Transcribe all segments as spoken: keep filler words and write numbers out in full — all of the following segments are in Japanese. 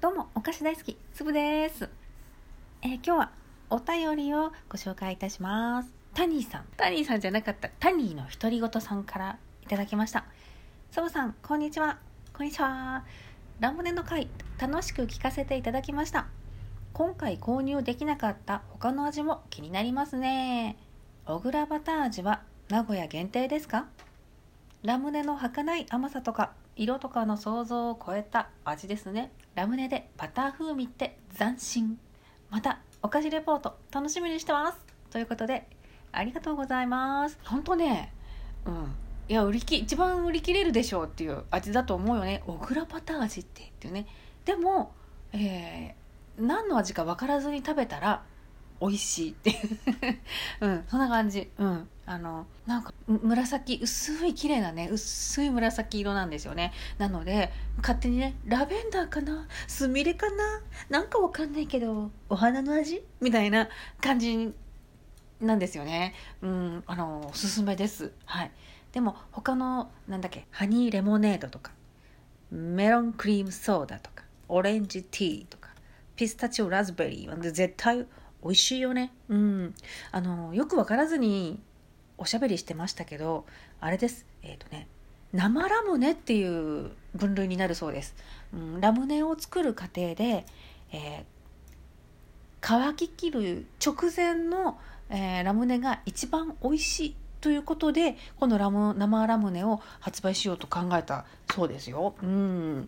どうもお菓子大好きつぶです、えー、今日はお便りをご紹介いたします。タニーさんタニーさんじゃなかったタニーの独り言さんからいただきました。つぶさんこんにちは。こんにちは。ラムネの回楽しく聞かせていただきました。今回購入できなかった他の味も気になりますね。小倉バター味は名古屋限定ですか？ラムネの儚い甘さとか色とかの想像を超えた味ですね。ラムネでバター風味って斬新。またお菓子レポート楽しみにしてますということでありがとうございます。本当ね、うん、いや売りき一番売り切れるでしょうっていう味だと思うよね。小倉バター味ってっていうね。でも、えー、何の味か分からずに食べたら美味しいっていう、うん、そんな感じ。うん、あのなんか紫薄い綺麗なね薄い紫色なんですよね。なので勝手にねラベンダーかなスミレかななんかわかんないけどお花の味みたいな感じなんですよね。うん、あのおすすめです。はい。でも他のなんだっけハニーレモネードとかメロンクリームソーダとかオレンジティーとかピスタチオラズベリーは絶対美味しいよね。うん、あのよく分からずにおしゃべりしてましたけど、あれです。えっとね、生ラムネっていう分類になるそうです。うん、ラムネを作る過程で、えー、乾ききる直前の、えー、ラムネが一番美味しいということで、このラム生ラムネを発売しようと考えたそうですよ。うん、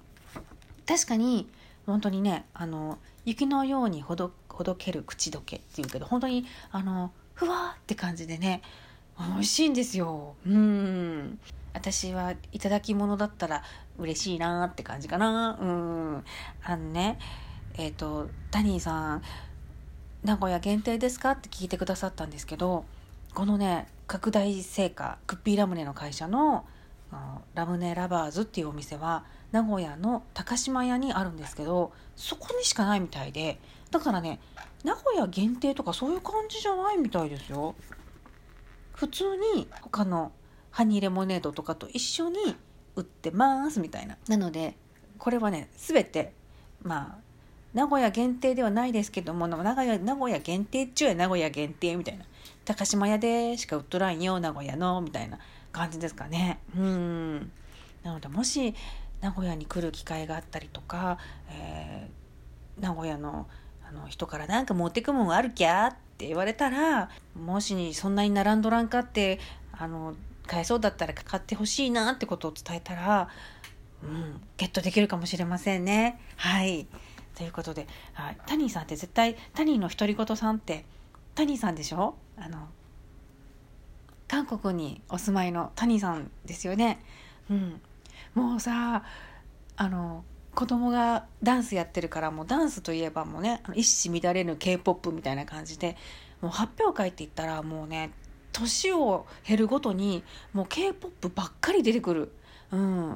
確かに本当にね、あの雪のようにほどほどける口どけっていうけど、本当にあのふわーって感じでね美味しいんですよ。うん、私はいただき物だったら嬉しいなって感じかな。うん、あのねえっとタニーさん名古屋限定ですかって聞いてくださったんですけど、このね拡大製菓クッピーラムネの会社のラムネラバーズっていうお店は名古屋の高島屋にあるんですけど、そこにしかないみたいで、だからね名古屋限定とかそういう感じじゃないみたいですよ。普通に他のハニーレモネードとかと一緒に売ってますみたいな。なのでこれはね全てまあ名古屋限定ではないですけども、名古屋名古屋限定っちゅうや名古屋限定みたいな、高島屋でしか売っとらんよ名古屋のみたいな感じですかね。うん、なのでもし名古屋に来る機会があったりとか、えー、名古屋のあの人からなんか持ってくもんあるきゃって言われたら、もしそんなに並んどらんかってあの買えそうだったら買ってほしいなってことを伝えたら、うん、ゲットできるかもしれませんね。はい、ということで、はい、タニーさんって絶対タニーの独り言さんってタニーさんでしょ。あの韓国にお住まいのタニーさんですよね。うん、もうさあの子供がダンスやってるから、もうダンスといえばもうね一糸乱れぬ K-ポップ みたいな感じで、もう発表会って言ったらもうね年を減るごとにもう K-ポップ ばっかり出てくる。うん、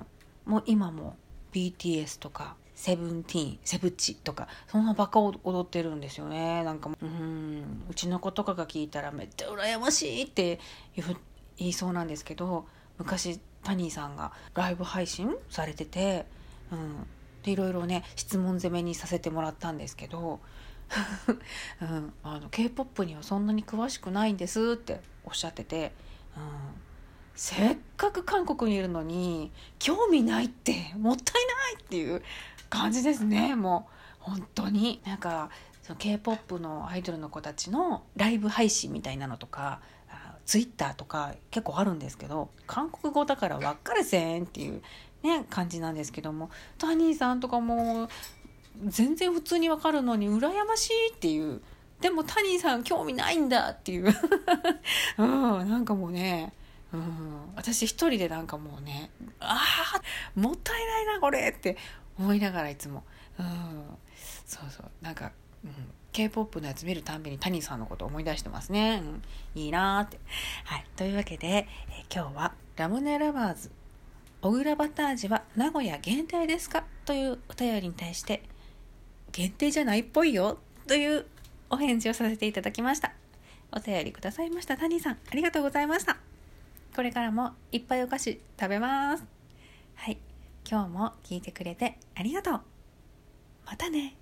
もう今も ビーティーエス とかセブンティーンセブチとかそんなばっか踊ってるんですよね。なんかうーんうちの子とかが聞いたらめっちゃ羨ましいって言いそうなんですけど、昔タニーさんがライブ配信されてて、うん、でいろいろね質問攻めにさせてもらったんですけど、うん、あの K-ポップ にはそんなに詳しくないんですっておっしゃってて、うん、せっかく韓国にいるのに興味ないってもったいないっていう感じですね。もう本当になんかその K-ポップ のアイドルの子たちのライブ配信みたいなのとかツイッターとか結構あるんですけど、韓国語だから分かれせんっていうね感じなんですけども、タニーさんとかも全然普通に分かるのに羨ましいっていう、でもタニーさん興味ないんだっていう、うん、なんかもうね、うん、私一人でなんかもうねあーもったいないなこれって思いながらいつも、うん、そうそうなんか、うん、K-ポップ のやつ見るたんびにタニーさんのことを思い出してますね。うん、いいなーって。はい、というわけで、えー、今日はラムネラバーズ小倉バター味は名古屋限定ですかというお便りに対して、限定じゃないっぽいよというお返事をさせていただきました。お便りくださいましたタニーさんありがとうございました。これからもいっぱいお菓子食べます。はい、今日も聞いてくれてありがとう。またたね。